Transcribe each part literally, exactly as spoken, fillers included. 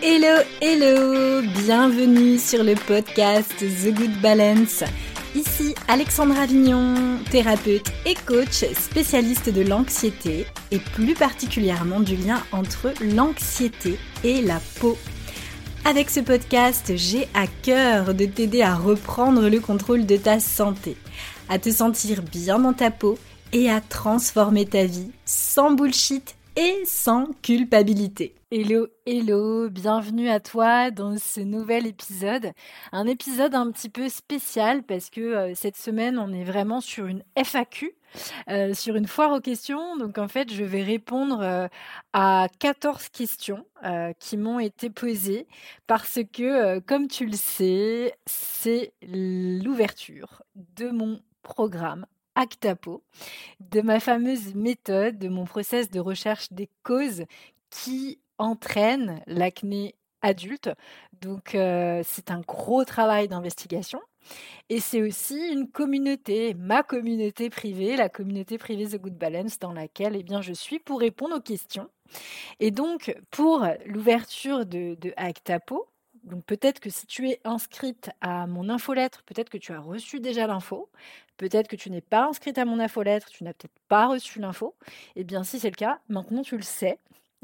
Hello, hello, bienvenue sur le podcast The Good Balance. Ici Alexandra Avignon, thérapeute et coach spécialiste de l'anxiété et plus particulièrement du lien entre l'anxiété et la peau. Avec ce podcast, j'ai à cœur de t'aider à reprendre le contrôle de ta santé, à te sentir bien dans ta peau et à transformer ta vie sans bullshit et sans culpabilité. Hello, hello, bienvenue à toi dans ce nouvel épisode. Un épisode un petit peu spécial parce que euh, cette semaine, on est vraiment sur une F A Q, euh, sur une foire aux questions. Donc en fait, je vais répondre euh, à quatorze questions euh, qui m'ont été posées parce que, euh, comme tu le sais, c'est l'ouverture de mon programme Actapo, de ma fameuse méthode, de mon process de recherche des causes qui entraîne l'acné adulte. Donc, euh, c'est un gros travail d'investigation. Et c'est aussi une communauté, ma communauté privée, la communauté privée The Good Balance, dans laquelle eh bien, je suis pour répondre aux questions. Et donc, pour l'ouverture de, de Actapo, donc peut-être que si tu es inscrite à mon infolettre, peut-être que tu as reçu déjà l'info. Peut-être que tu n'es pas inscrite à mon infolettre, tu n'as peut-être pas reçu l'info. Eh bien, si c'est le cas, maintenant tu le sais.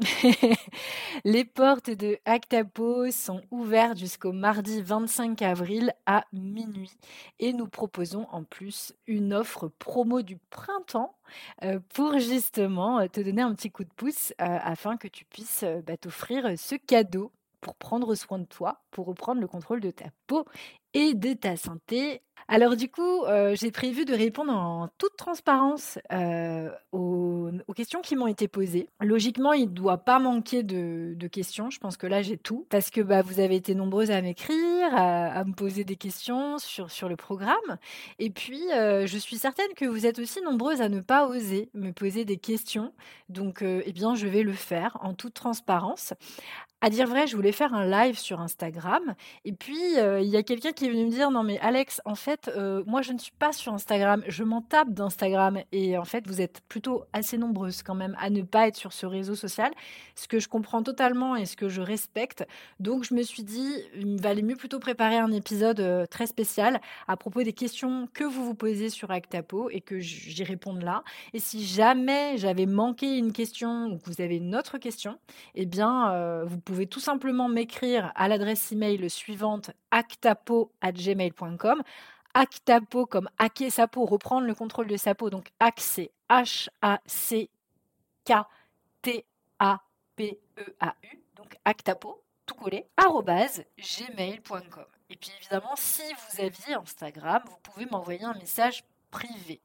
Les portes de Actapo sont ouvertes jusqu'au mardi vingt-cinq avril à minuit et nous proposons en plus une offre promo du printemps euh, pour justement euh, te donner un petit coup de pouce euh, afin que tu puisses euh, bah, t'offrir ce cadeau pour prendre soin de toi, pour reprendre le contrôle de ta peau et de ta santé. Alors du coup, euh, j'ai prévu de répondre en toute transparence euh, aux, aux questions qui m'ont été posées. Logiquement, il ne doit pas manquer de, de questions. Je pense que là, j'ai tout. Parce que bah, vous avez été nombreuses à m'écrire, à, à me poser des questions sur, sur le programme. Et puis, euh, je suis certaine que vous êtes aussi nombreuses à ne pas oser me poser des questions. Donc, euh, eh bien, je vais le faire en toute transparence. À dire vrai, je voulais faire un live sur Instagram et puis, heu, il y a quelqu'un qui est venu me dire: «Non mais Alex, en fait, heu, moi je ne suis pas sur Instagram, je m'en tape d'Instagram» et en fait, vous êtes plutôt assez nombreuses quand même à ne pas être sur ce réseau social, ce que je comprends totalement et ce que je respecte. Donc je me suis dit: «Il valait mieux plutôt préparer un épisode, heu, très spécial à propos des questions que vous vous posez sur Actapo et que j j'y réponde là et si jamais j'avais manqué une question ou que vous avez une autre question, eh bien, euh, vous pouvez tout simplement m'écrire à l'adresse email suivante actapo arobase gmail point com. Actapo comme hacker sa peau, reprendre le contrôle de sa peau. Donc hack c'est H A C K T A P E A U. Donc actapo, tout collé, arobase gmail point com. Et puis évidemment, si vous aviez Instagram, vous pouvez m'envoyer un message privé.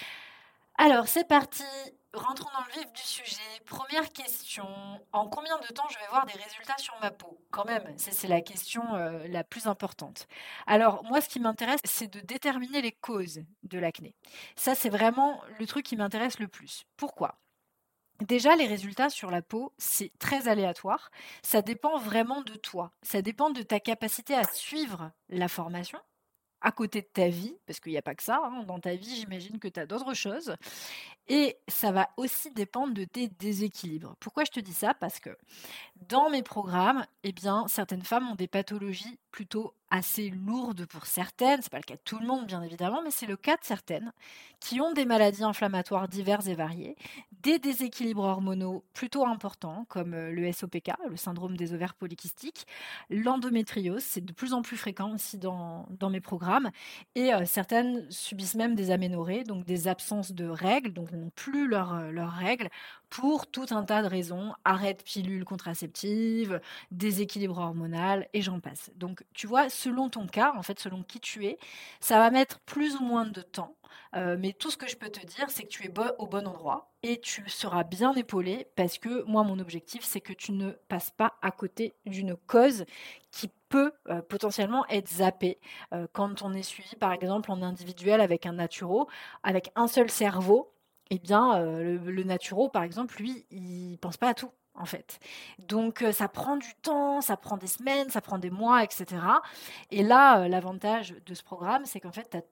Alors, c'est parti. Rentrons dans le vif du sujet. Première question. En combien de temps je vais voir des résultats sur ma peau? Quand même, c'est c'est la question euh, la plus importante. Alors, moi, ce qui m'intéresse, c'est de déterminer les causes de l'acné. Ça, c'est vraiment le truc qui m'intéresse le plus. Pourquoi? Déjà, les résultats sur la peau, c'est très aléatoire. Ça dépend vraiment de toi. Ça dépend de ta capacité à suivre la formation à côté de ta vie, parce qu'il n'y a pas que ça, hein, dans ta vie, j'imagine que tu as d'autres choses. Et ça va aussi dépendre de tes déséquilibres. Pourquoi je te dis ça? Parce que dans mes programmes, eh bien, certaines femmes ont des pathologies plutôt assez lourdes pour certaines. C'est pas le cas de tout le monde, bien évidemment, mais c'est le cas de certaines qui ont des maladies inflammatoires diverses et variées, des déséquilibres hormonaux plutôt importants, comme euh, le S O P K, le syndrome des ovaires polykystiques, l'endométriose, c'est de plus en plus fréquent aussi dans, dans mes programmes, et euh, certaines subissent même des aménorrhées, donc des absences de règles, donc n'ont plus leurs euh, leurs règles, pour tout un tas de raisons, arrêt de pilule contraceptive, déséquilibre hormonal et j'en passe. Donc tu vois, selon ton cas, en fait, selon qui tu es, ça va mettre plus ou moins de temps. Euh, mais tout ce que je peux te dire, c'est que tu es bo- au bon endroit et tu seras bien épaulé parce que moi, mon objectif, c'est que tu ne passes pas à côté d'une cause qui peut euh, potentiellement être zappée euh, quand on est suivi, par exemple, en individuel avec un naturo, avec un seul cerveau. Eh bien, heu, le le naturo, par exemple, lui, il pense pas à tout, en fait. Donc heu, ça prend du temps, ça prend des semaines, ça prend des mois et cetera et là, heu, l'avantage de ce programme, c'est qu'en fait, tu as tout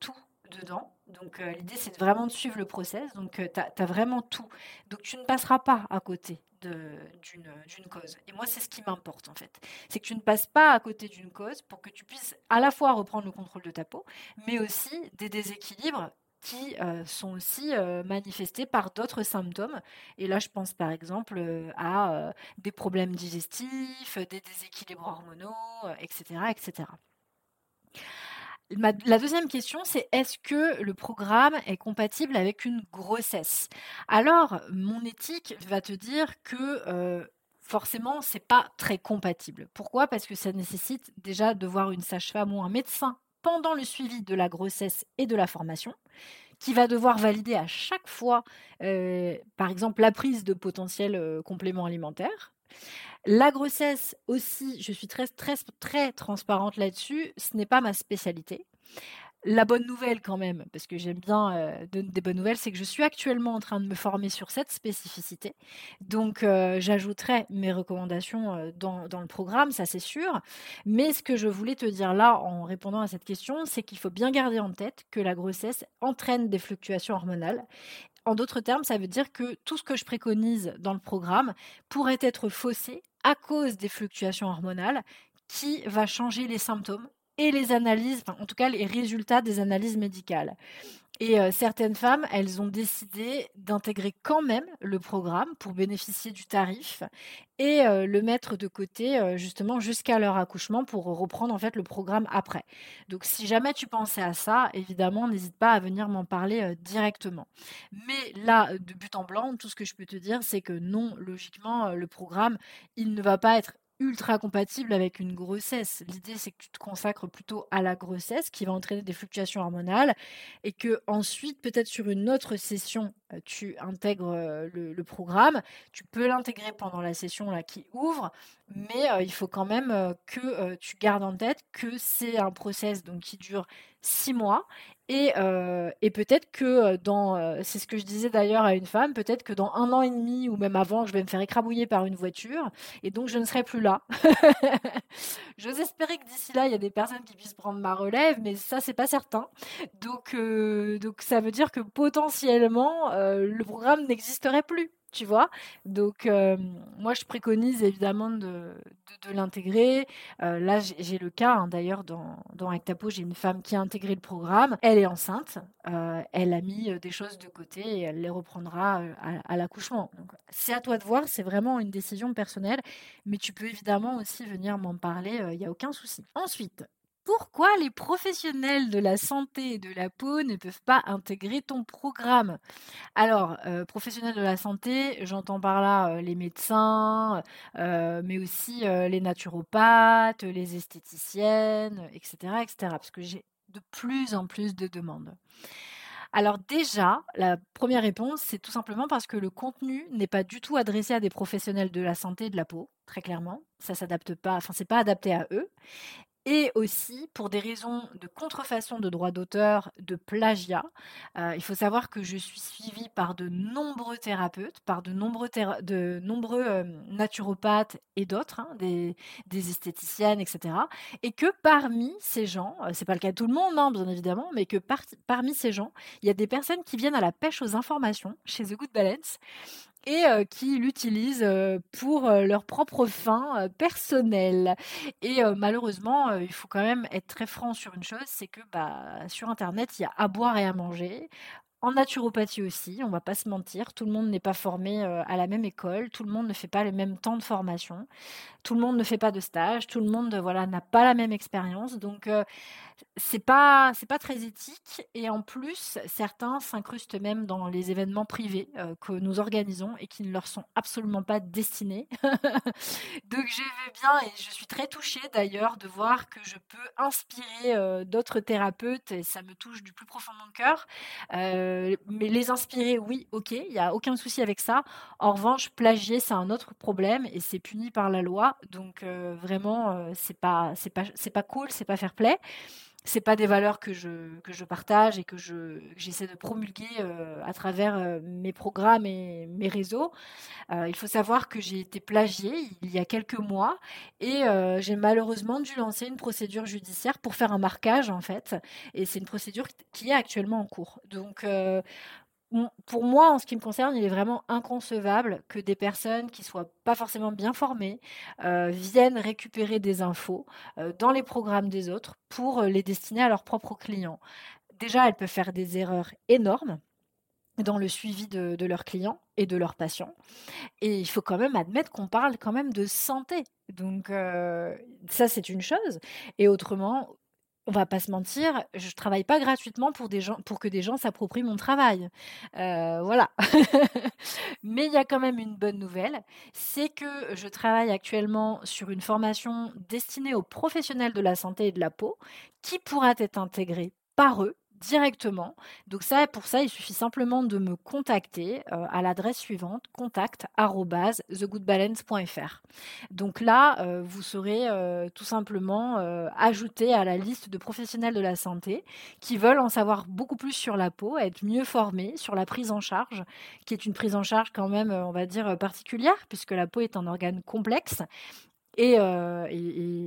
dedans. Donc, euh, l'idée, c'est vraiment de suivre le process. Donc, tu as vraiment tout. Donc, tu ne passeras pas à côté de- d'une d'une cause. Et moi, c'est ce qui m'importe, en fait. C'est que tu ne passes pas à côté d'une cause pour que tu puisses à la fois reprendre le contrôle de ta peau, mais aussi des déséquilibres qui euh, sont aussi euh, manifestés par d'autres symptômes. Et là, je pense par exemple euh, à euh, des problèmes digestifs, des déséquilibres hormonaux, euh, et cetera, et cetera. Ma- la deuxième question, c'est est-ce que le programme est compatible avec une grossesse? Alors, mon éthique va te dire que euh, forcément, c'est pas très compatible. Pourquoi? Parce que ça nécessite déjà de voir une sage-femme ou un médecin pendant le suivi de la grossesse et de la formation, qui va devoir valider à chaque fois, euh, par exemple, la prise de potentiels euh, compléments alimentaires. La grossesse aussi, je suis très, très, très transparente là-dessus, ce n'est pas ma spécialité. La bonne nouvelle quand même, parce que j'aime bien euh, donner des bonnes nouvelles, c'est que je suis actuellement en train de me former sur cette spécificité. Donc, euh, j'ajouterai mes recommandations euh, dans, dans le programme, ça c'est sûr. Mais ce que je voulais te dire là en répondant à cette question, c'est qu'il faut bien garder en tête que la grossesse entraîne des fluctuations hormonales. En d'autres termes, ça veut dire que tout ce que je préconise dans le programme pourrait être faussé à cause des fluctuations hormonales qui va changer les symptômes et les analyses, enfin, en tout cas les résultats des analyses médicales. Et euh, certaines femmes, elles ont décidé d'intégrer quand même le programme pour bénéficier du tarif et euh, le mettre de côté euh, justement jusqu'à leur accouchement pour reprendre en fait le programme après. Donc si jamais tu pensais à ça, évidemment, n'hésite pas à venir m'en parler euh, directement. Mais là, de but en blanc, tout ce que je peux te dire, c'est que non, logiquement, euh, le programme, il ne va pas être ultra compatible avec une grossesse. L'idée, c'est que tu te consacres plutôt à la grossesse qui va entraîner des fluctuations hormonales et que ensuite, peut-être sur une autre session, euh, tu intègres euh, le, le programme. Tu peux l'intégrer pendant la session là qui ouvre, mais euh, il faut quand même euh, que euh, tu gardes en tête que c'est un process donc qui dure six mois et, euh, et peut-être que euh, dans, euh, c'est ce que je disais d'ailleurs à une femme, peut-être que dans un an et demi ou même avant, je vais me faire écrabouiller par une voiture et donc je ne serai plus là. J'ose espérer que d'ici là, il y a des personnes qui puissent prendre ma relève, mais ça, c'est pas certain. Donc, euh, donc ça veut dire que potentiellement, euh, le programme n'existerait plus. Tu vois, donc euh, moi je préconise évidemment de, de, de l'intégrer. Euh, là j'ai j'ai le cas hein, d'ailleurs dans, dans Actapo, j'ai une femme qui a intégré le programme. Elle est enceinte, euh, elle a mis euh, des choses de côté et elle les reprendra euh, à, à l'accouchement. Donc c'est à toi de voir, c'est vraiment une décision personnelle, mais tu peux évidemment aussi venir m'en parler, il n'y a aucun souci. Ensuite, pourquoi les professionnels de la santé et de la peau ne peuvent pas intégrer ton programme? Alors, heu, professionnels de la santé, j'entends par là, heu, les médecins, heu, mais aussi, heu, les naturopathes, les esthéticiennes, et cetera, et cetera, parce que j'ai de plus en plus de demandes. Alors déjà, la première réponse, c'est tout simplement parce que le contenu n'est pas du tout adressé à des professionnels de la santé et de la peau, très clairement. Ça s'adapte pas, enfin, c'est pas adapté à eux. Et aussi pour des raisons de contrefaçon de droits d'auteur, de plagiat. Heu, il faut savoir que je suis suivie par de nombreux thérapeutes, par de nombreux théra de nombreux, hem, naturopathes et d'autres, hein, des des esthéticiennes et cetera, et que parmi ces gens, heu, c'est pas le cas de tout le monde, hein, bien évidemment, mais que part parmi ces gens, il y a des personnes qui viennent à la pêche aux informations chez The Good Balance et heu, qui l'utilisent, heu, pour, heu, leurs propres fins, heu, personnelles et heu, malheureusement, heu, il faut quand même être très franc sur une chose, c'est que, bah, sur internet, il y a à boire et à manger. En naturopathie aussi, on va pas se mentir, tout le monde n'est pas formé, heu, à la même école, tout le monde ne fait pas les mêmes temps de formation, tout le monde ne fait pas de stage, tout le monde, heu, voilà, n'a pas la même expérience donc heu, c'est pas c'est pas très éthique et en plus, certains s'incrustent même dans les événements privés, heu, que nous organisons et qui ne leur sont absolument pas destinés. Donc je vais bien et je suis très touchée d'ailleurs de voir que je peux inspirer, heu, d'autres thérapeutes et ça me touche du plus profond de mon cœur. Heu, mais les inspirer, oui, OK, il y a aucun souci avec ça. En revanche, plagier, c'est un autre problème et c'est puni par la loi. Donc heu, vraiment, heu, c'est pas c'est pas c'est pas cool, c'est pas fair play. c'est pas des valeurs que je que je partage et que je que j'essaie de promulguer, heu, à travers, heu, mes programmes et mes réseaux. Heu, il faut savoir que j'ai été plagiée il y a quelques mois et heu, j'ai malheureusement dû lancer une procédure judiciaire pour faire un marquage, en fait, et c'est une procédure qui est actuellement en cours. Donc heu, Mmh, pour moi, en ce qui me concerne, il est vraiment inconcevable que des personnes qui soient pas forcément bien formées, heu, viennent récupérer des infos, heu, dans les programmes des autres pour, heu, les destiner à leurs propres clients. Déjà, elles peuvent faire des erreurs énormes dans le suivi de de leurs clients et de leurs patients, et il faut quand même admettre qu'on parle quand même de santé. Donc heu, ça, c'est une chose, et autrement, on va pas se mentir, je travaille pas gratuitement pour des gens pour que des gens s'approprient mon travail. Heu, voilà. Mais il y a quand même une bonne nouvelle, c'est que je travaille actuellement sur une formation destinée aux professionnels de la santé et de la peau, qui pourra être intégrée par eux directement. Donc ça, pour ça, il suffit simplement de me contacter, heu, à l'adresse suivante: contact arobase the good balance point f r. Donc là, heu, vous serez, heu, tout simplement, heu, ajoutés à la liste de professionnels de la santé qui veulent en savoir beaucoup plus sur la peau, être mieux formés sur la prise en charge, qui est une prise en charge quand même, heu, on va dire, heu, particulière, puisque la peau est un organe complexe. Et, heu et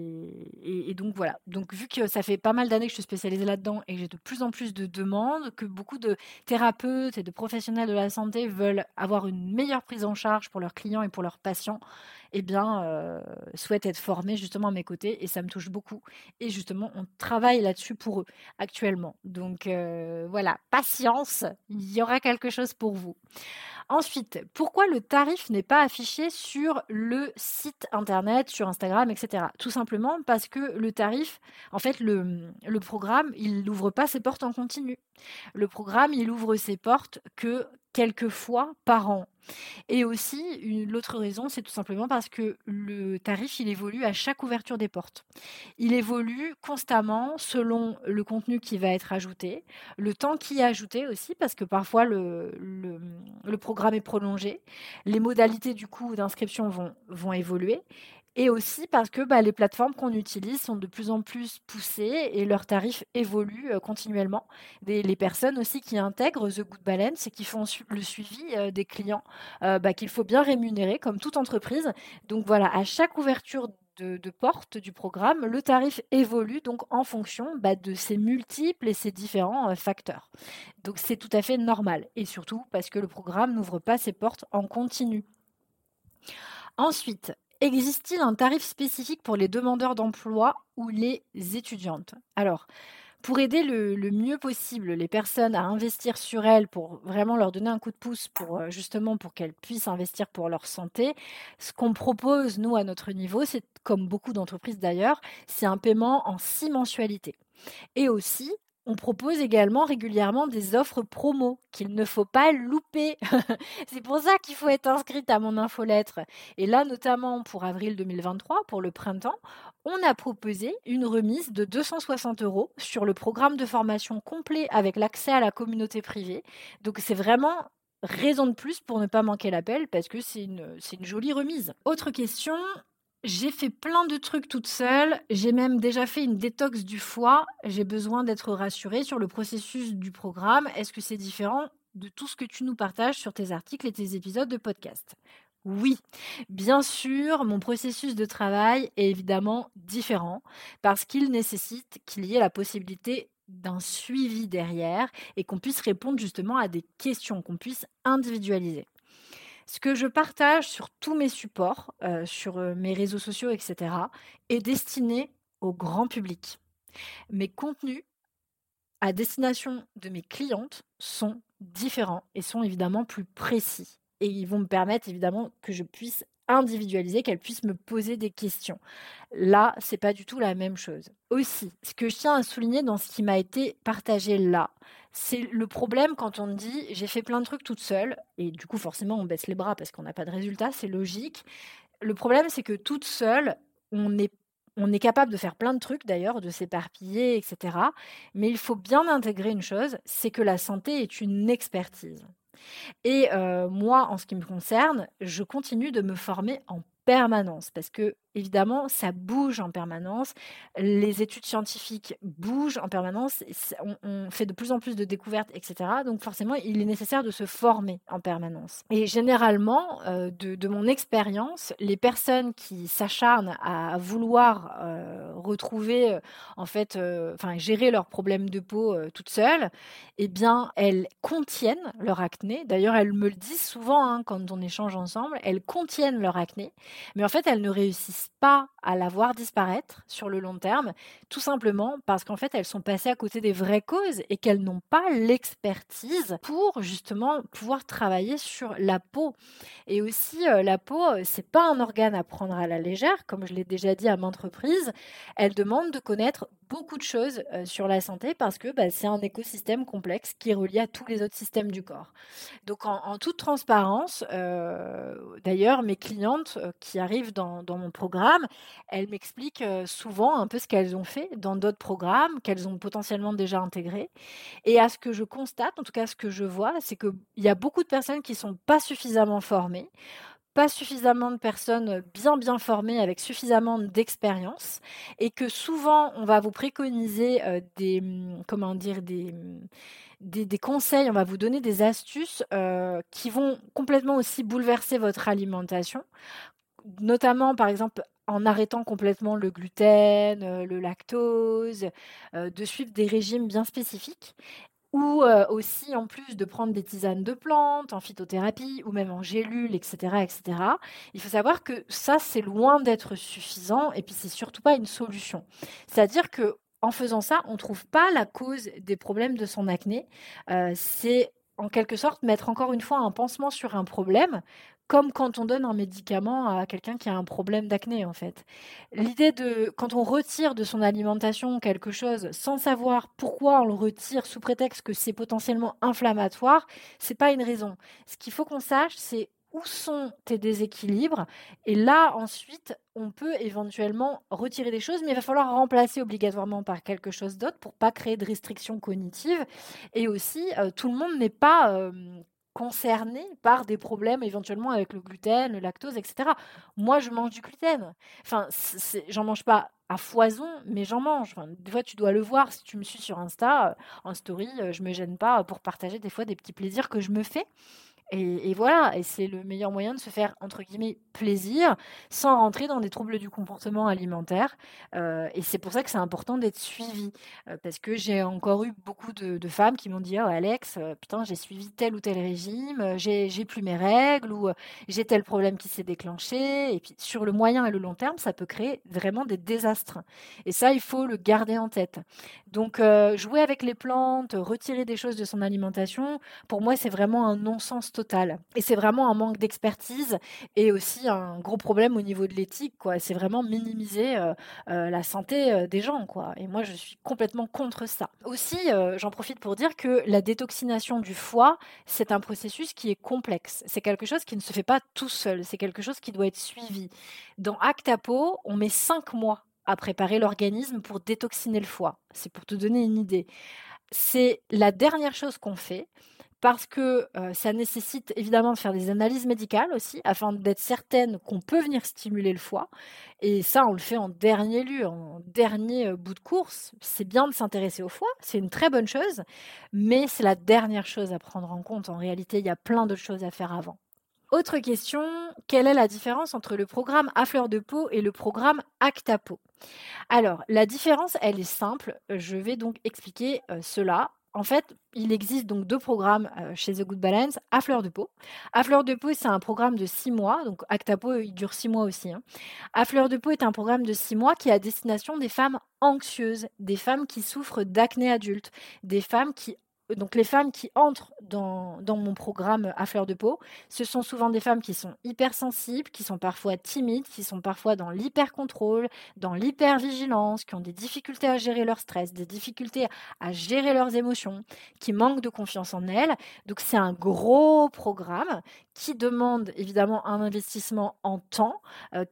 et et et donc voilà. Donc vu que ça fait pas mal d'années que je suis spécialisée là-dedans et que j'ai de plus en plus de demandes, que beaucoup de thérapeutes et de professionnels de la santé veulent avoir une meilleure prise en charge pour leurs clients et pour leurs patients, eh bien, heu, souhaitent être formés justement à mes côtés, et ça me touche beaucoup, et justement on travaille là-dessus pour eux actuellement. Donc heu, voilà, patience, il y aura quelque chose pour vous. Ensuite, pourquoi le tarif n'est pas affiché sur le site internet, sur Instagram, et cetera? Tout simplement parce que le tarif, en fait, le, le programme, il n'ouvre pas ses portes en continu. Le programme, il ouvre ses portes que quelques fois par an. Et aussi, une l'autre raison, c'est tout simplement parce que le tarif, il évolue à chaque ouverture des portes. Il évolue constamment selon le contenu qui va être ajouté, le temps qui est ajouté aussi, parce que parfois le, le, le programme est prolongé, les modalités du coup d'inscription vont, vont évoluer, et aussi parce que bah, les plateformes qu'on utilise sont de plus en plus poussées et leurs tarifs évoluent euh, continuellement. Des, les personnes aussi qui intègrent The Good Balance et qui font su- le suivi euh, des clients, euh, bah, qu'il faut bien rémunérer comme toute entreprise. Donc voilà, à chaque ouverture de, de porte du programme, le tarif évolue donc en fonction bah, de ces multiples et ces différents euh, facteurs. Donc c'est tout à fait normal, et surtout parce que le programme n'ouvre pas ses portes en continu. Ensuite, existe-t-il un tarif spécifique pour les demandeurs d'emploi ou les étudiantes? Alors, pour aider le, le mieux possible les personnes à investir sur elles, pour vraiment leur donner un coup de pouce, pour euh, justement pour qu'elles puissent investir pour leur santé, ce qu'on propose, nous, à notre niveau, c'est, comme beaucoup d'entreprises d'ailleurs, c'est un paiement en six mensualités. Et aussi, on propose également régulièrement des offres promo qu'il ne faut pas louper. C'est pour ça qu'il faut être inscrite à mon infolettre. Et là, notamment pour avril deux mille vingt-trois, pour le printemps, on a proposé une remise de deux cent soixante euros sur le programme de formation complet avec l'accès à la communauté privée. Donc c'est vraiment raison de plus pour ne pas manquer l'appel, parce que c'est une, c'est une jolie remise. Autre question: j'ai fait plein de trucs toute seule, j'ai même déjà fait une détox du foie, j'ai besoin d'être rassurée sur le processus du programme. Est-ce que c'est différent de tout ce que tu nous partages sur tes articles et tes épisodes de podcast? Oui, bien sûr, mon processus de travail est évidemment différent, parce qu'il nécessite qu'il y ait la possibilité d'un suivi derrière et qu'on puisse répondre justement à des questions, qu'on puisse individualiser. Ce que je partage sur tous mes supports, heu, sur, heu, mes réseaux sociaux et cetera, est destiné au grand public. Mes contenus à destination de mes clientes sont différents et sont évidemment plus précis, et ils vont me permettre évidemment que je puisse individualiser, qu'elles puissent me poser des questions. Là, c'est pas du tout la même chose. Aussi, ce que je tiens à souligner dans ce qui m'a été partagé là, c'est le problème quand on me dit: «J'ai fait plein de trucs toute seule», et du coup forcément on baisse les bras parce qu'on n'a pas de résultat, c'est logique. Le problème, c'est que toute seule, on est on est capable de faire plein de trucs d'ailleurs, de s'éparpiller et cetera, mais il faut bien intégrer une chose, c'est que la santé est une expertise. Et heu, moi, en ce qui me concerne, je continue de me former en permanence parce que évidemment, ça bouge en permanence. Les études scientifiques bougent en permanence. Et c'est- On, on fait de plus en plus de découvertes, et cetera. Donc forcément, il est nécessaire de se former en permanence. Et généralement, euh, de, de mon expérience, les personnes qui s'acharnent à vouloir euh, retrouver, euh, en fait, euh, enfin gérer leurs problèmes de peau euh, toutes seules, eh bien, elles contiennent leur acné. D'ailleurs, elles me le disent souvent hein, quand on échange ensemble. Elles contiennent leur acné, mais en fait, elles ne réussissent pas à la voir disparaître sur le long terme, tout simplement parce qu'en fait, elles sont passées à côté des vraies causes et qu'elles n'ont pas l'expertise pour justement pouvoir travailler sur la peau. Et aussi, euh, la peau, euh, c'est pas un organe à prendre à la légère, comme je l'ai déjà dit à maintes reprises. Elle demande de connaître beaucoup de choses euh, sur la santé parce que bah, c'est un écosystème complexe qui est relié à tous les autres systèmes du corps. Donc en, en toute transparence, euh, d'ailleurs, mes clientes euh, qui arrivent dans, dans mon programme, elles m'expliquent euh, souvent un peu ce qu'elles ont fait dans d'autres programmes, qu'elles ont potentiellement déjà intégrés. Et à ce que je constate, en tout cas ce que je vois, c'est qu'il y a beaucoup de personnes qui ne sont pas suffisamment formées, pas suffisamment de personnes bien bien formées avec suffisamment d'expérience et que souvent on va vous préconiser euh, des hum, comment dire des, hum, des des conseils, on va vous donner des astuces euh, qui vont complètement aussi bouleverser votre alimentation, notamment par exemple en arrêtant complètement le gluten, euh, le lactose, euh, de suivre des régimes bien spécifiques ou heu, aussi en plus de prendre des tisanes de plantes, en phytothérapie ou même en gélules et cetera et cetera. Il faut savoir que ça, c'est loin d'être suffisant et puis c'est surtout pas une solution. C'est-à-dire qu'en faisant ça, on trouve pas la cause des problèmes de son acné. Heu, c'est en quelque sorte mettre encore une fois un pansement sur un problème, comme quand on donne un médicament à quelqu'un qui a un problème d'acné, en fait. L'idée de quand on retire de son alimentation quelque chose sans savoir pourquoi on le retire sous prétexte que c'est potentiellement inflammatoire, c'est pas une raison. Ce qu'il faut qu'on sache, c'est où sont tes déséquilibres et là ensuite on peut éventuellement retirer des choses mais il va falloir remplacer obligatoirement par quelque chose d'autre pour pas créer de restrictions cognitives et aussi euh, tout le monde n'est pas euh, concerné par des problèmes éventuellement avec le gluten, le lactose, et cetera. Moi, je mange du gluten. Enfin, c'est c'est j'en mange pas à foison, mais j'en mange. Enfin, des fois, tu dois le voir si tu me suis sur Insta, heu, en story, heu, je me gêne pas pour partager des fois des petits plaisirs que je me fais. Et, et voilà, et c'est le meilleur moyen de se faire, entre guillemets, plaisir sans rentrer dans des troubles du comportement alimentaire. Euh, et c'est pour ça que c'est important d'être suivi. Euh, parce que j'ai encore eu beaucoup de, de femmes qui m'ont dit: Oh Alex, euh, putain, j'ai suivi tel ou tel régime, euh, j'ai, j'ai plus mes règles, ou euh, j'ai tel problème qui s'est déclenché. Et puis sur le moyen et le long terme, ça peut créer vraiment des désastres. Et ça, il faut le garder en tête. Donc, euh, jouer avec les plantes, retirer des choses de son alimentation, pour moi, c'est vraiment un non-sens total. Et c'est vraiment un manque d'expertise et aussi un gros problème au niveau de l'éthique, quoi. C'est vraiment minimiser euh, euh, la santé euh, des gens, quoi. Et moi, je suis complètement contre ça. Aussi, euh, j'en profite pour dire que la détoxination du foie, c'est un processus qui est complexe. C'est quelque chose qui ne se fait pas tout seul. C'est quelque chose qui doit être suivi. Dans Actapo, on met cinq mois à préparer l'organisme pour détoxiner le foie. C'est pour te donner une idée. C'est la dernière chose qu'on fait parce que euh, ça nécessite évidemment de faire des analyses médicales aussi, afin d'être certaine qu'on peut venir stimuler le foie. Et ça, on le fait en dernier lieu, en dernier euh, bout de course. C'est bien de s'intéresser au foie, c'est une très bonne chose, mais c'est la dernière chose à prendre en compte. En réalité, il y a plein de choses à faire avant. Autre question, quelle est la différence entre le programme à fleur de peau et le programme Actapo? Alors, la différence, elle est simple. Je vais donc expliquer euh, cela. En fait, il existe donc deux programmes euh, chez The Good Balance à fleur de peau. À fleur de peau, c'est un programme de six mois. Donc, Actapo, il dure six mois aussi. Hein. À fleur de peau est un programme de six mois qui est à destination des femmes anxieuses, des femmes qui souffrent d'acné adulte, des femmes qui donc les femmes qui entrent dans, dans mon programme à fleur de peau, ce sont souvent des femmes qui sont hypersensibles, qui sont parfois timides, qui sont parfois dans l'hyper-contrôle, dans l'hypervigilance, qui ont des difficultés à gérer leur stress, des difficultés à gérer leurs émotions, qui manquent de confiance en elles. Donc c'est un gros programme qui demande évidemment un investissement en temps, euh, qui est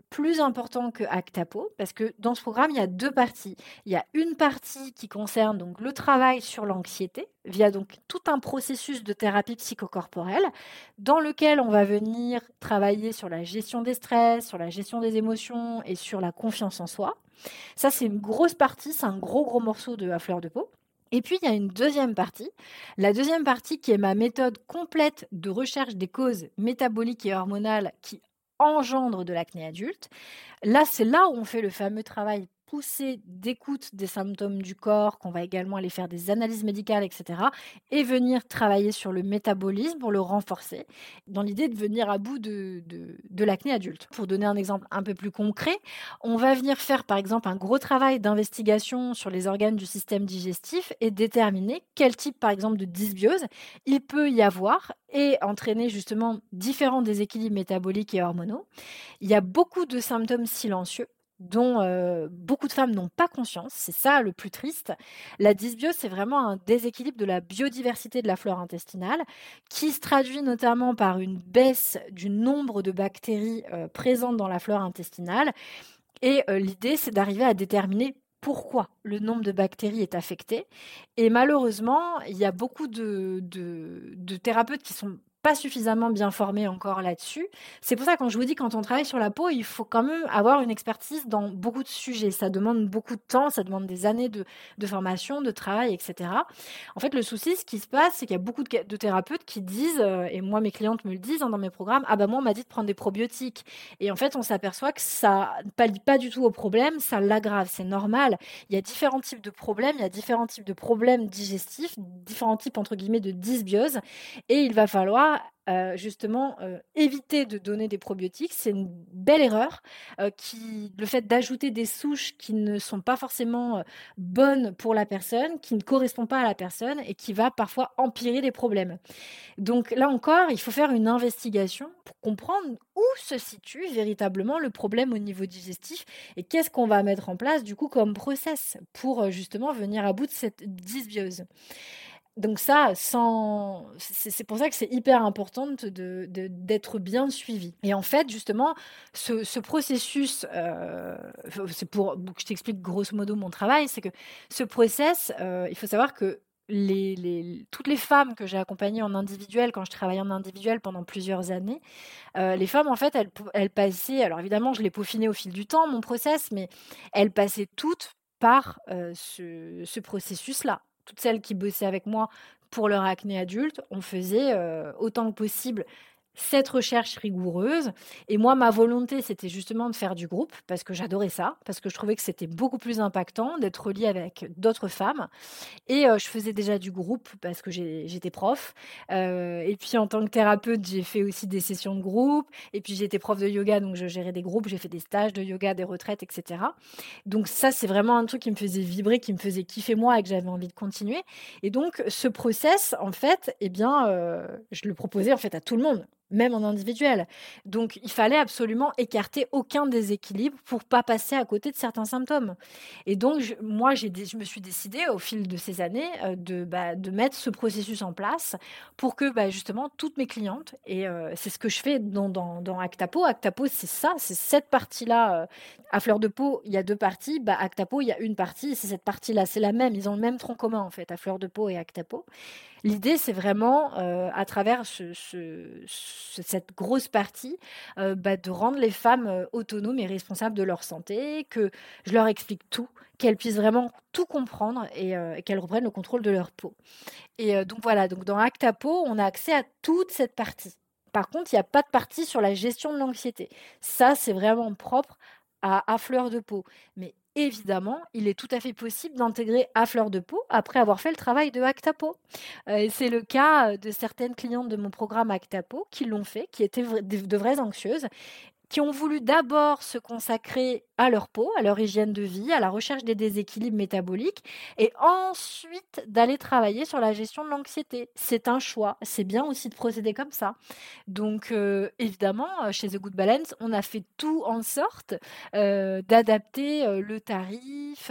plus important que Actapo parce que dans ce programme, il y a deux parties. Il y a une partie qui concerne donc le travail sur l'anxiété via donc tout un processus de thérapie psychocorporelle dans lequel on va venir travailler sur la gestion des stress, sur la gestion des émotions et sur la confiance en soi. Ça, c'est une grosse partie, c'est un gros, gros morceau de À fleur de peau. Et puis, il y a une deuxième partie. La deuxième partie qui est ma méthode complète de recherche des causes métaboliques et hormonales qui engendrent de l'acné adulte. Là, c'est là où on fait le fameux travail poussé d'écoute des symptômes du corps, qu'on va également aller faire des analyses médicales, et cetera, et venir travailler sur le métabolisme pour le renforcer, dans l'idée de venir à bout de, de, de l'acné adulte. Pour donner un exemple un peu plus concret, on va venir faire par exemple un gros travail d'investigation sur les organes du système digestif et déterminer quel type par exemple de dysbiose il peut y avoir et entraîner justement différents déséquilibres métaboliques et hormonaux. Il y a beaucoup de symptômes silencieux dont euh, beaucoup de femmes n'ont pas conscience, c'est ça le plus triste. La dysbiose, c'est vraiment un déséquilibre de la biodiversité de la flore intestinale qui se traduit notamment par une baisse du nombre de bactéries euh, présentes dans la flore intestinale. Et euh, l'idée, c'est d'arriver à déterminer pourquoi le nombre de bactéries est affecté. Et malheureusement, il y a beaucoup de, de, de thérapeutes qui sont pas suffisamment bien formés encore là-dessus. C'est pour ça que quand je vous dis quand on travaille sur la peau, il faut quand même avoir une expertise dans beaucoup de sujets. Ça demande beaucoup de temps, ça demande des années de, de formation, de travail, et cetera. En fait, le souci, ce qui se passe, c'est qu'il y a beaucoup de, de thérapeutes qui disent, euh, et moi mes clientes me le disent hein, dans mes programmes, ah bah moi on m'a dit de prendre des probiotiques. Et en fait, on s'aperçoit que ça ne pallie pas du tout au problème, ça l'aggrave, c'est normal. Il y a différents types de problèmes, il y a différents types de problèmes digestifs, différents types entre guillemets de dysbiose, et il va falloir euh, justement euh, éviter de donner des probiotiques. C'est une belle erreur. Euh, qui, le fait d'ajouter des souches qui ne sont pas forcément euh, bonnes pour la personne, qui ne correspondent pas à la personne et qui va parfois empirer les problèmes. Donc là encore, il faut faire une investigation pour comprendre où se situe véritablement le problème au niveau digestif et qu'est-ce qu'on va mettre en place du coup comme process pour euh, justement venir à bout de cette dysbiose. Donc ça, sans... c'est c'est pour ça que c'est hyper important de, de- d'être bien suivi. Et en fait, justement, ce, ce processus, euh, c'est pour que je t'explique grosso modo mon travail, c'est que ce process, euh, il faut savoir que les, les- toutes les femmes que j'ai accompagnées en individuel, quand je travaillais en individuel pendant plusieurs années, euh, les femmes, en fait, elles, pou- elles passaient, alors évidemment, je l'ai peaufiné au fil du temps, mon process, mais elles passaient toutes par euh, ce, ce processus-là. Toutes celles qui bossaient avec moi pour leur acné adulte, on faisait euh, autant que possible cette recherche rigoureuse. Et moi, ma volonté, c'était justement de faire du groupe, parce que j'adorais ça, parce que je trouvais que c'était beaucoup plus impactant d'être reliée avec d'autres femmes. Et heu, je faisais déjà du groupe parce que j'ai j'étais prof, heu et puis en tant que thérapeute, j'ai fait aussi des sessions de groupe et puis j'étais prof de yoga, donc je gérais des groupes, j'ai fait des stages de yoga, des retraites et cetera. Donc ça, c'est vraiment un truc qui me faisait vibrer, qui me faisait kiffer moi et que j'avais envie de continuer et donc ce process, en fait, eh bien, heu, je le proposais, en fait, à tout le monde, même en individuel. Donc il fallait absolument écarter aucun déséquilibre pour pas passer à côté de certains symptômes. Et donc, je, moi, j'ai, dé- je me suis décidée au fil de ces années euh, de, bah, de mettre ce processus en place pour que bah, justement toutes mes clientes, et euh, c'est ce que je fais dans, dans, dans Actapo. Actapo, c'est ça, c'est cette partie-là. euh, à fleur de peau, il y a deux parties. Bah, Actapo, il y a une partie, c'est cette partie-là, c'est la même. Ils ont le même tronc commun en fait, à fleur de peau et Actapo. L'idée, c'est vraiment, euh, à travers ce- ce- ce- cette grosse partie, euh, bah, de rendre les femmes euh, autonomes et responsables de leur santé, que je leur explique tout, qu'elles puissent vraiment tout comprendre et, euh, et qu'elles reprennent le contrôle de leur peau. Et euh, donc voilà, donc dans Acta Peau, on a accès à toute cette partie. Par contre, il n'y a pas de partie sur la gestion de l'anxiété. Ça, c'est vraiment propre à, à fleur de peau. Mais évidemment, il est tout à fait possible d'intégrer à fleur de peau après avoir fait le travail de Actapo. Euh, et c'est le cas euh, de certaines clientes de mon programme Actapo qui l'ont fait, qui étaient vra- de de vraies anxieuses qui ont voulu d'abord se consacrer à leur peau, à leur hygiène de vie, à la recherche des déséquilibres métaboliques, et ensuite d'aller travailler sur la gestion de l'anxiété. C'est un choix. C'est bien aussi de procéder comme ça. Donc, euh, évidemment, euh, chez The Good Balance, on a fait tout en sorte euh, d'adapter euh, le tarif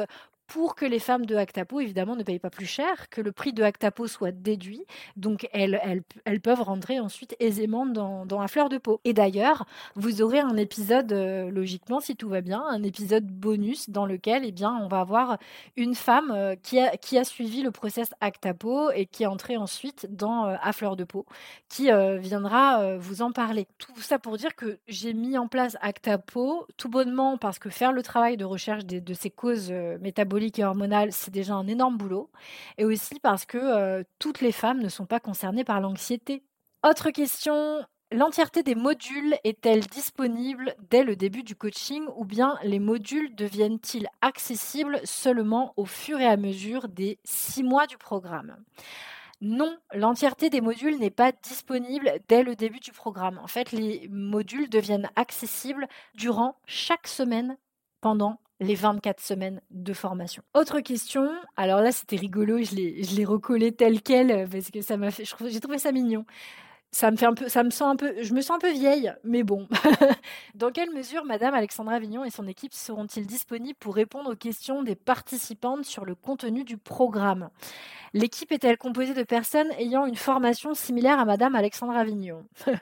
pour que les femmes de Actapo, évidemment, ne payent pas plus cher, que le prix de Actapo soit déduit. Donc, elles, elles, elles peuvent rentrer ensuite aisément dans, dans la fleur de peau. Et d'ailleurs, vous aurez un épisode, euh, logiquement, si tout va bien, un épisode bonus dans lequel, eh bien, on va avoir une femme euh, qui, a, qui a suivi le process Actapo et qui est entrée ensuite dans euh, à fleur de peau, qui euh, viendra euh, vous en parler. Tout ça pour dire que j'ai mis en place Actapo tout bonnement parce que faire le travail de recherche de, de ces causes euh, métaboliques et hormonales, c'est déjà un énorme boulot. Et aussi parce que euh, toutes les femmes ne sont pas concernées par l'anxiété. Autre question, l'entièreté des modules est-elle disponible dès le début du coaching ou bien les modules deviennent-ils accessibles seulement au fur et à mesure des six mois du programme ? Non, l'entièreté des modules n'est pas disponible dès le début du programme. En fait, les modules deviennent accessibles durant chaque semaine pendant les vingt-quatre semaines de formation. Autre question, alors là c'était rigolo, je l'ai, je l'ai recollé tel quel parce que ça m'a fait, je trouve- j'ai trouvé ça mignon. Ça me fait un peu, ça me sent un peu, je me sens un peu vieille, mais bon. Dans quelle mesure Madame Alexandra Vignon et son équipe seront-ils disponibles pour répondre aux questions des participantes sur le contenu du programme ? L'équipe est-elle composée de personnes ayant une formation similaire à Madame Alexandra Vignon ?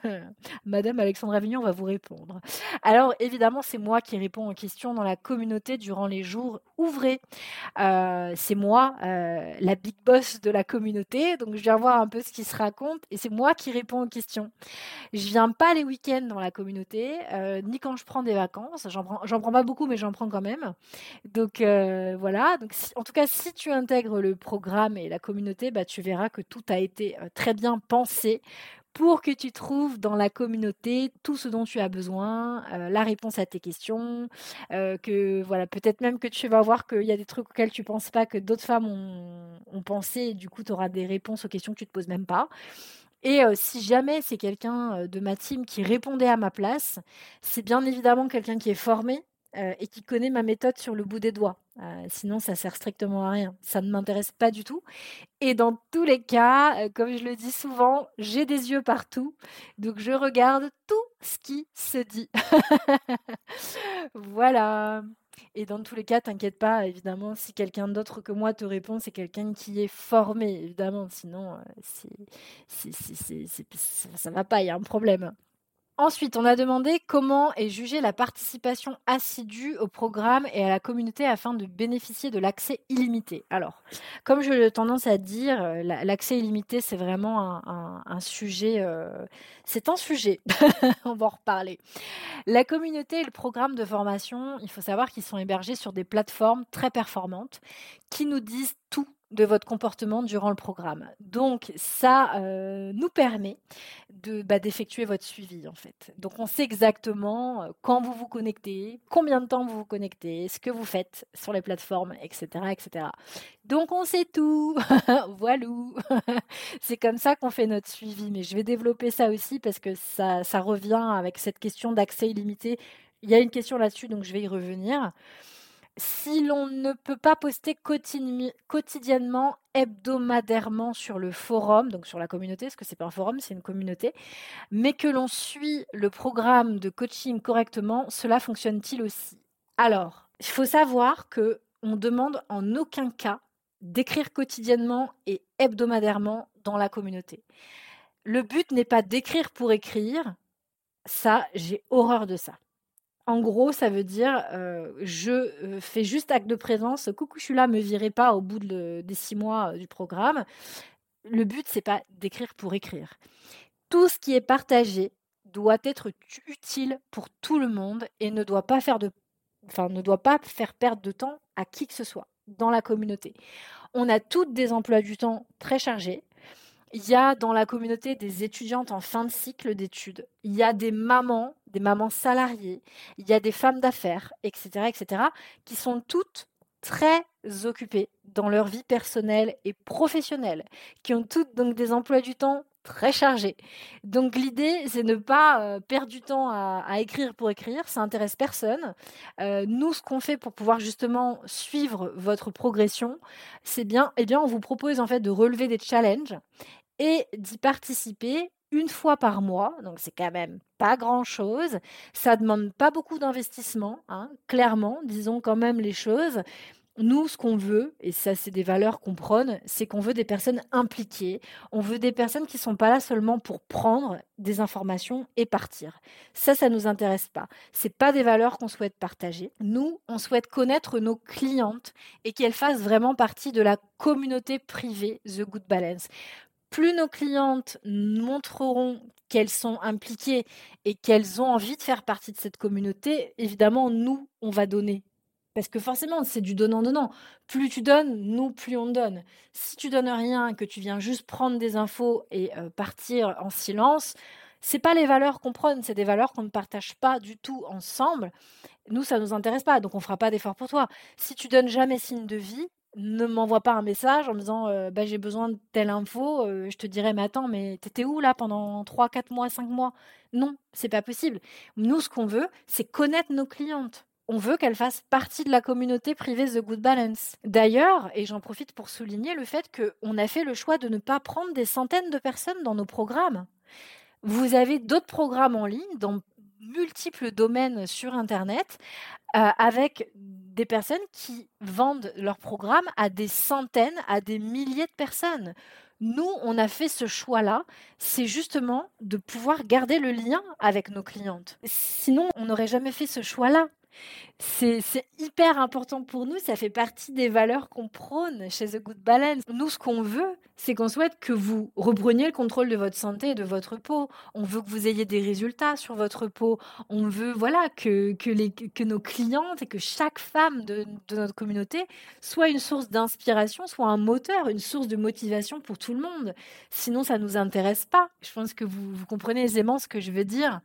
Madame Alexandra Vignon va vous répondre. Alors évidemment, c'est moi qui réponds aux questions dans la communauté durant les jours ouvrés. Euh, c'est moi, euh, la big boss de la communauté, donc je viens voir un peu ce qui se raconte et c'est moi qui réponds aux questions. Je viens pas les week-ends dans la communauté, euh, ni quand je prends des vacances. J'en prends, j'en prends pas beaucoup, mais j'en prends quand même. Donc euh, voilà. Donc si- en tout cas, si tu intègres le programme et la communauté, bah tu verras que tout a été euh, très bien pensé pour que tu trouves dans la communauté tout ce dont tu as besoin, euh, la réponse à tes questions, euh, que voilà, peut-être même que tu vas voir qu'il y a des trucs auxquels tu penses pas, que d'autres femmes ont, ont pensé, et du coup, tu auras des réponses aux questions que tu te poses même pas. Et euh, si jamais c'est quelqu'un euh, de ma team qui répondait à ma place, c'est bien évidemment quelqu'un qui est formé euh, et qui connaît ma méthode sur le bout des doigts. Euh, sinon, ça sert strictement à rien. Ça ne m'intéresse pas du tout. Et dans tous les cas, euh, comme je le dis souvent, j'ai des yeux partout. Donc, je regarde tout ce qui se dit. Voilà. Et dans tous les cas, t'inquiète pas, évidemment, si quelqu'un d'autre que moi te répond, c'est quelqu'un qui est formé, évidemment. Sinon, euh, c'est, c'est, c'est, c'est- c'est- ça, ça va pas, il y a un problème. Ensuite, on a demandé comment est jugée la participation assidue au programme et à la communauté afin de bénéficier de l'accès illimité. Alors, comme je tendance à dire, euh, la- l'accès illimité, c'est vraiment un, un- un sujet. euh, c'est un sujet. On va en reparler. La communauté et le programme de formation, il faut savoir qu'ils sont hébergés sur des plateformes très performantes qui nous disent tout de votre comportement durant le programme. Donc, ça euh, nous permet de, bah, d'effectuer votre suivi, en fait. Donc, on sait exactement euh, quand vous vous connectez, combien de temps vous vous connectez, ce que vous faites sur les plateformes, et cetera, et cetera. Donc, on sait tout. Voilou. C'est comme ça qu'on fait notre suivi. Mais je vais développer ça aussi parce que ça, ça revient avec cette question d'accès illimité. Il y a une question là-dessus, donc je vais y revenir. Si l'on ne peut pas poster quotidi- quotidiennement, hebdomadairement sur le forum, donc sur la communauté, parce que c'est pas un forum, c'est une communauté, mais que l'on suit le programme de coaching correctement, cela fonctionne-t-il aussi? Alors, il faut savoir que on demande en aucun cas d'écrire quotidiennement et hebdomadairement dans la communauté. Le but n'est pas d'écrire pour écrire, ça, j'ai horreur de ça. En gros, ça veut dire, heu, je, heu, fais juste acte de présence: «Coucou, je suis là, me virez pas au bout de des six mois, heu, du programme». Le but, c'est pas d'écrire pour écrire. Tout ce qui est partagé doit être tu utile pour tout le monde et ne doit pas faire de enfin, ne doit pas faire perdre de temps à qui que ce soit dans la communauté. On a toutes des emplois du temps très chargés. Il y a dans la communauté des étudiantes en fin de cycle d'études. Il y a des mamans, des mamans salariées. Il y a des femmes d'affaires, et cetera, et cetera, qui sont toutes très occupées dans leur vie personnelle et professionnelle, qui ont toutes donc des emplois du temps très chargés. Donc l'idée, c'est ne pas euh, perdre du temps à, à écrire pour écrire, ça intéresse personne. Euh, nous, ce qu'on fait pour pouvoir justement suivre votre progression, c'est bien, eh bien, on vous propose en fait de relever des challenges et d'y participer une fois par mois. Donc, c'est quand même pas grand-chose. Ça demande pas beaucoup d'investissement, hein, clairement, disons quand même les choses. Nous, ce qu'on veut, et ça, c'est des valeurs qu'on prône, c'est qu'on veut des personnes impliquées. On veut des personnes qui ne sont pas là seulement pour prendre des informations et partir. Ça, ça ne nous intéresse pas. Ce n'est pas des valeurs qu'on souhaite partager. Nous, on souhaite connaître nos clientes et qu'elles fassent vraiment partie de la communauté privée The Good Balance. Plus nos clientes montreront qu'elles sont impliquées et qu'elles ont envie de faire partie de cette communauté, évidemment, nous, on va donner. Parce que forcément, c'est du donnant-donnant. Plus tu donnes, nous, plus on donne. Si tu donnes rien, que tu viens juste prendre des infos et euh, partir en silence, c'est pas les valeurs qu'on prône, c'est des valeurs qu'on ne partage pas du tout ensemble. Nous, ça nous intéresse pas, donc on fera pas d'effort pour toi. Si tu donnes jamais signe de vie, ne m'envoie pas un message en me disant euh, bah, j'ai besoin de telle info, euh, je te dirai mais attends, mais t'étais où là pendant trois, quatre mois, cinq mois? Non, c'est pas possible. Nous, ce qu'on veut, c'est connaître nos clientes. On veut qu'elles fassent partie de la communauté privée The Good Balance. D'ailleurs, et j'en profite pour souligner le fait qu'on a fait le choix de ne pas prendre des centaines de personnes dans nos programmes. Vous avez d'autres programmes en ligne dans multiples domaines sur Internet euh, avec des personnes qui vendent leurs programmes à des centaines, à des milliers de personnes. Nous, on a fait ce choix-là, c'est justement de pouvoir garder le lien avec nos clientes. Sinon, on n'aurait jamais fait ce choix-là. C'est, c'est hyper important pour nous, ça fait partie des valeurs qu'on prône chez The Good Balance. Nous, ce qu'on veut, c'est qu'on souhaite que vous repreniez le contrôle de votre santé et de votre peau. On veut que vous ayez des résultats sur votre peau. On veut voilà, que, que, les, que nos clientes et que chaque femme de, de notre communauté soit une source d'inspiration, soit un moteur, une source de motivation pour tout le monde. Sinon, ça ne nous intéresse pas. Je pense que vous, vous comprenez aisément ce que je veux dire.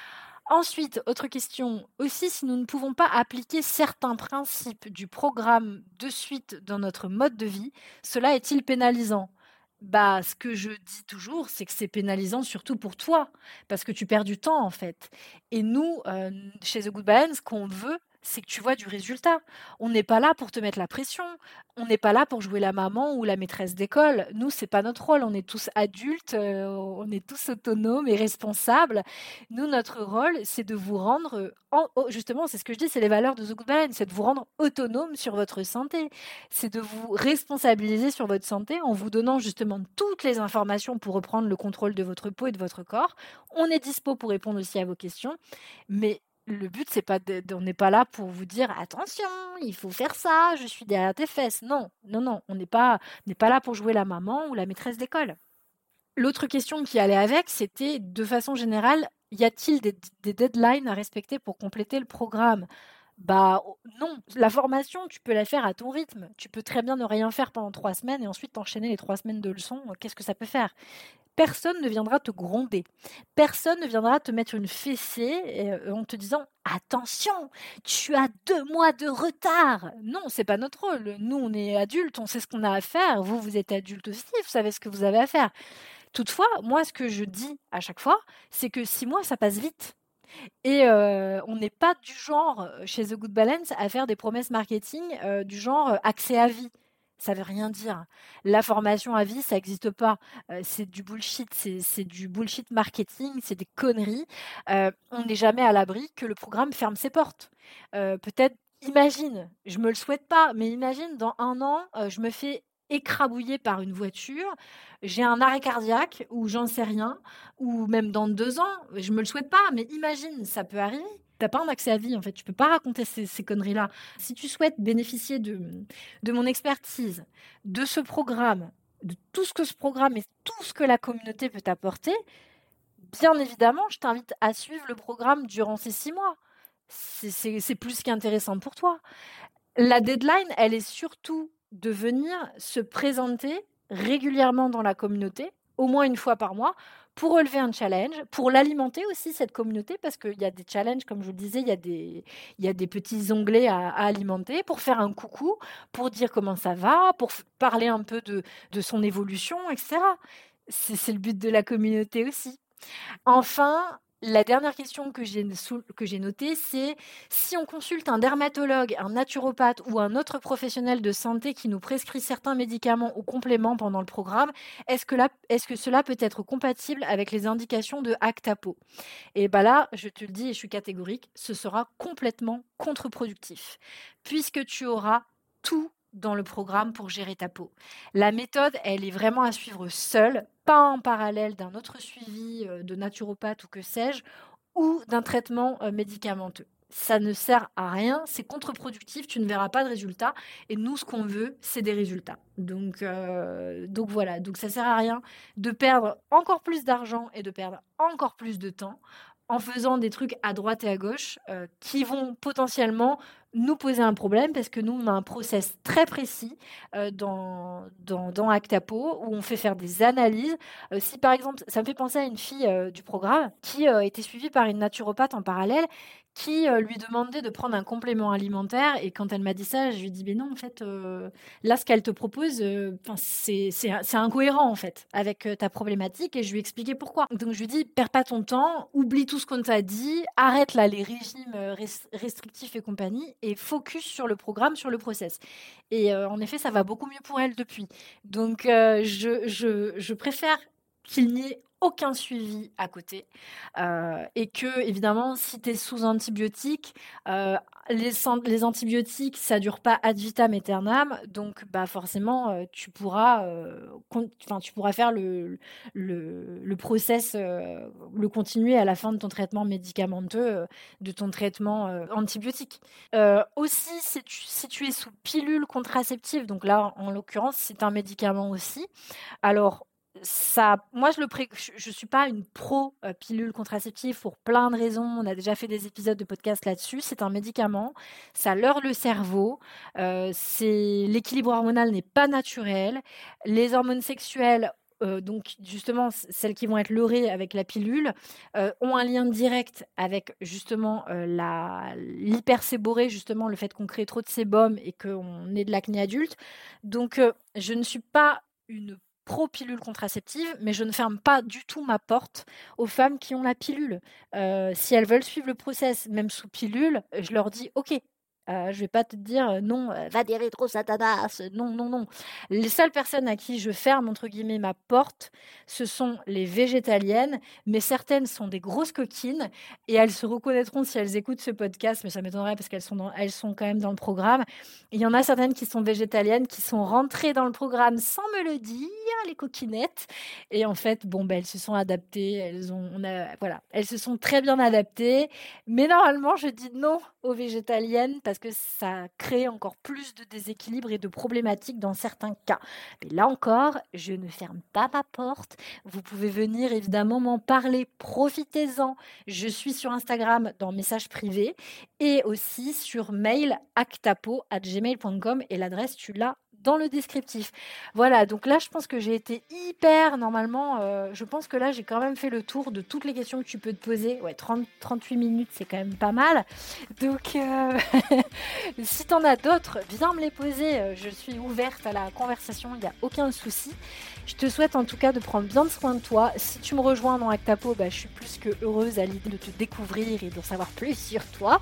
Ensuite, autre question, aussi si nous ne pouvons pas appliquer certains principes du programme de suite dans notre mode de vie, cela est-il pénalisant? Bah, ce que je dis toujours, c'est que c'est pénalisant surtout pour toi, parce que tu perds du temps en fait. Et nous, euh, chez The Good Balance, ce qu'on veut, c'est que tu vois du résultat. On n'est pas là pour te mettre la pression. On n'est pas là pour jouer la maman ou la maîtresse d'école. Nous, c'est pas notre rôle. On est tous adultes, euh, on est tous autonomes et responsables. Nous, notre rôle, c'est de vous rendre, en- oh, justement, c'est ce que je dis, c'est les valeurs de The Good Balance, c'est de vous rendre autonome sur votre santé. C'est de vous responsabiliser sur votre santé en vous donnant justement toutes les informations pour reprendre le contrôle de votre peau et de votre corps. On est dispo pour répondre aussi à vos questions, mais le but, c'est pas de- on n'est pas là pour vous dire attention, il faut faire ça, je suis derrière tes fesses. Non, non, non, on n'est pas, on n'est pas là pour jouer la maman ou la maîtresse d'école. L'autre question qui allait avec, c'était de façon générale, y a-t-il des, des deadlines à respecter pour compléter le programme? Bah oh, non, la formation, tu peux la faire à ton rythme. Tu peux très bien ne rien faire pendant trois semaines et ensuite t'enchaîner les trois semaines de leçons. Qu'est-ce que ça peut faire? Personne ne viendra te gronder. Personne ne viendra te mettre une fessée euh, en te disant attention, tu as deux mois de retard. Non, c'est pas notre rôle. Nous, on est adultes, on sait ce qu'on a à faire. Vous, vous êtes adultes aussi, vous savez ce que vous avez à faire. Toutefois, moi, ce que je dis à chaque fois, c'est que six mois, ça passe vite. Et euh, on n'est pas du genre, euh, chez The Good Balance, à faire des promesses marketing euh, du genre euh, accès à vie. Ça veut rien dire. La formation à vie, ça n'existe pas. Euh, c'est du bullshit, c'est, c'est du bullshit marketing, c'est des conneries. Euh, on n'est jamais à l'abri que le programme ferme ses portes. Euh, peut-être, imagine, je me le souhaite pas, mais imagine dans un an, euh, je me fais écrabouiller par une voiture, j'ai un arrêt cardiaque ou j'en sais rien, ou même dans deux ans, je me le souhaite pas, mais imagine, ça peut arriver. T'as pas un accès à vie, en fait. Tu peux pas raconter ces, ces conneries-là. Si tu souhaites bénéficier de, de mon expertise, de ce programme, de tout ce que ce programme et tout ce que la communauté peut t'apporter, bien évidemment, je t'invite à suivre le programme durant ces six mois. C'est, c'est, c'est plus qu'intéressant pour toi. La deadline, elle est surtout de venir se présenter régulièrement dans la communauté, au moins une fois par mois, pour relever un challenge, pour l'alimenter aussi, cette communauté, parce qu'il y a des challenges, comme je vous le disais, il y a des, il y a des petits onglets à, à alimenter, pour faire un coucou, pour dire comment ça va, pour f- parler un peu de, de son évolution, et cetera. C'est, c'est le but de la communauté aussi. Enfin, la dernière question que j'ai sou- que j'ai notée, c'est si on consulte un dermatologue, un naturopathe ou un autre professionnel de santé qui nous prescrit certains médicaments ou compléments pendant le programme, est-ce que, là, est-ce que cela peut être compatible avec les indications de Actapo? Et bien là, je te le dis et je suis catégorique, ce sera complètement contre-productif, puisque tu auras tout dans le programme pour gérer ta peau. La méthode, elle est vraiment à suivre seule, pas en parallèle d'un autre suivi euh, de naturopathe ou que sais-je, ou d'un traitement euh, médicamenteux. Ça ne sert à rien, c'est contre-productif, tu ne verras pas de résultats. Et nous, ce qu'on veut, c'est des résultats. Donc, euh, donc voilà, donc ça sert à rien de perdre encore plus d'argent et de perdre encore plus de temps en faisant des trucs à droite et à gauche euh, qui vont potentiellement nous poser un problème parce que nous, on a un process très précis euh, dans, dans, dans Actapo où on fait faire des analyses. Euh, si par exemple, ça me fait penser à une fille euh, du programme qui euh, était suivie par une naturopathe en parallèle qui euh, lui demandait de prendre un complément alimentaire et quand elle m'a dit ça, je lui ai dit, mais non, en fait, euh, là, ce qu'elle te propose, euh, c'est, c'est, c'est incohérent en fait avec euh, ta problématique et je lui ai expliqué pourquoi. Donc je lui ai dit, perds pas ton temps, oublie tout ce qu'on t'a dit, arrête là les régimes euh, res- restrictifs et compagnie et focus sur le programme, sur le process. Et euh, en effet, ça va beaucoup mieux pour elle depuis. Donc euh, je, je, je préfère qu'il n'y ait aucun suivi à côté euh, et que évidemment si tu es sous antibiotiques euh, les, san- les antibiotiques ça dure pas ad vitam aeternam donc bah forcément euh, tu pourras euh, con- enfin tu pourras faire le le, le process euh, le continuer à la fin de ton traitement médicamenteux euh, de ton traitement euh, antibiotique. Euh, aussi si tu, si tu es sous pilule contraceptive donc là en l'occurrence c'est un médicament aussi alors, ça, moi, je le pré- je, je suis pas une pro euh, pilule contraceptive pour plein de raisons. On a déjà fait des épisodes de podcast là-dessus. C'est un médicament, ça leurre le cerveau. euh, c'est l'équilibre hormonal n'est pas naturel. Les hormones sexuelles, euh, donc justement c- celles qui vont être leurrées avec la pilule, euh, ont un lien direct avec justement euh, la l'hyperséborrhée, justement le fait qu'on crée trop de sébum et qu'on ait de l'acné adulte. Donc, euh, je ne suis pas une pro-pilule contraceptive, mais je ne ferme pas du tout ma porte aux femmes qui ont la pilule. Euh, si elles veulent suivre le process, même sous pilule, je leur dis OK. Euh, je vais pas te dire euh, non, euh, va des rétro satanas, non, non, non. Les seules personnes à qui je ferme entre guillemets ma porte, ce sont les végétaliennes, mais certaines sont des grosses coquines et elles se reconnaîtront si elles écoutent ce podcast, mais ça m'étonnerait parce qu'elles sont, dans- elles sont quand même dans le programme. Il y en a certaines qui sont végétaliennes, qui sont rentrées dans le programme sans me le dire, les coquinettes. Et en fait, bon, ben, elles se sont adaptées. Elles ont, on a, voilà, elles se sont très bien adaptées. Mais normalement, je dis non aux végétaliennes parce que ça crée encore plus de déséquilibre et de problématiques dans certains cas. Mais là encore, je ne ferme pas ma porte. Vous pouvez venir évidemment m'en parler. Profitez-en. Je suis sur Instagram dans message privé et aussi sur mail actapo arobase gmail point com et l'adresse tu l'as dans le descriptif. Voilà, donc là je pense que j'ai été hyper normalement, euh, je pense que là j'ai quand même fait le tour de toutes les questions que tu peux te poser. Ouais, trente à trente-huit minutes c'est quand même pas mal. Donc euh, si t'en as d'autres, viens me les poser, euh, je suis ouverte à la conversation, il n'y a aucun souci. Je te souhaite en tout cas de prendre bien soin de toi. Si tu me rejoins dans Actapo, bah, je suis plus que heureuse à l'idée de te découvrir et d'en savoir plus sur toi.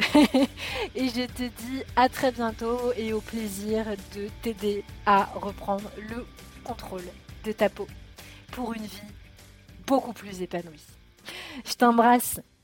Et je te dis à très bientôt et au plaisir de t'aider à reprendre le contrôle de ta peau pour une vie beaucoup plus épanouie. Je t'embrasse.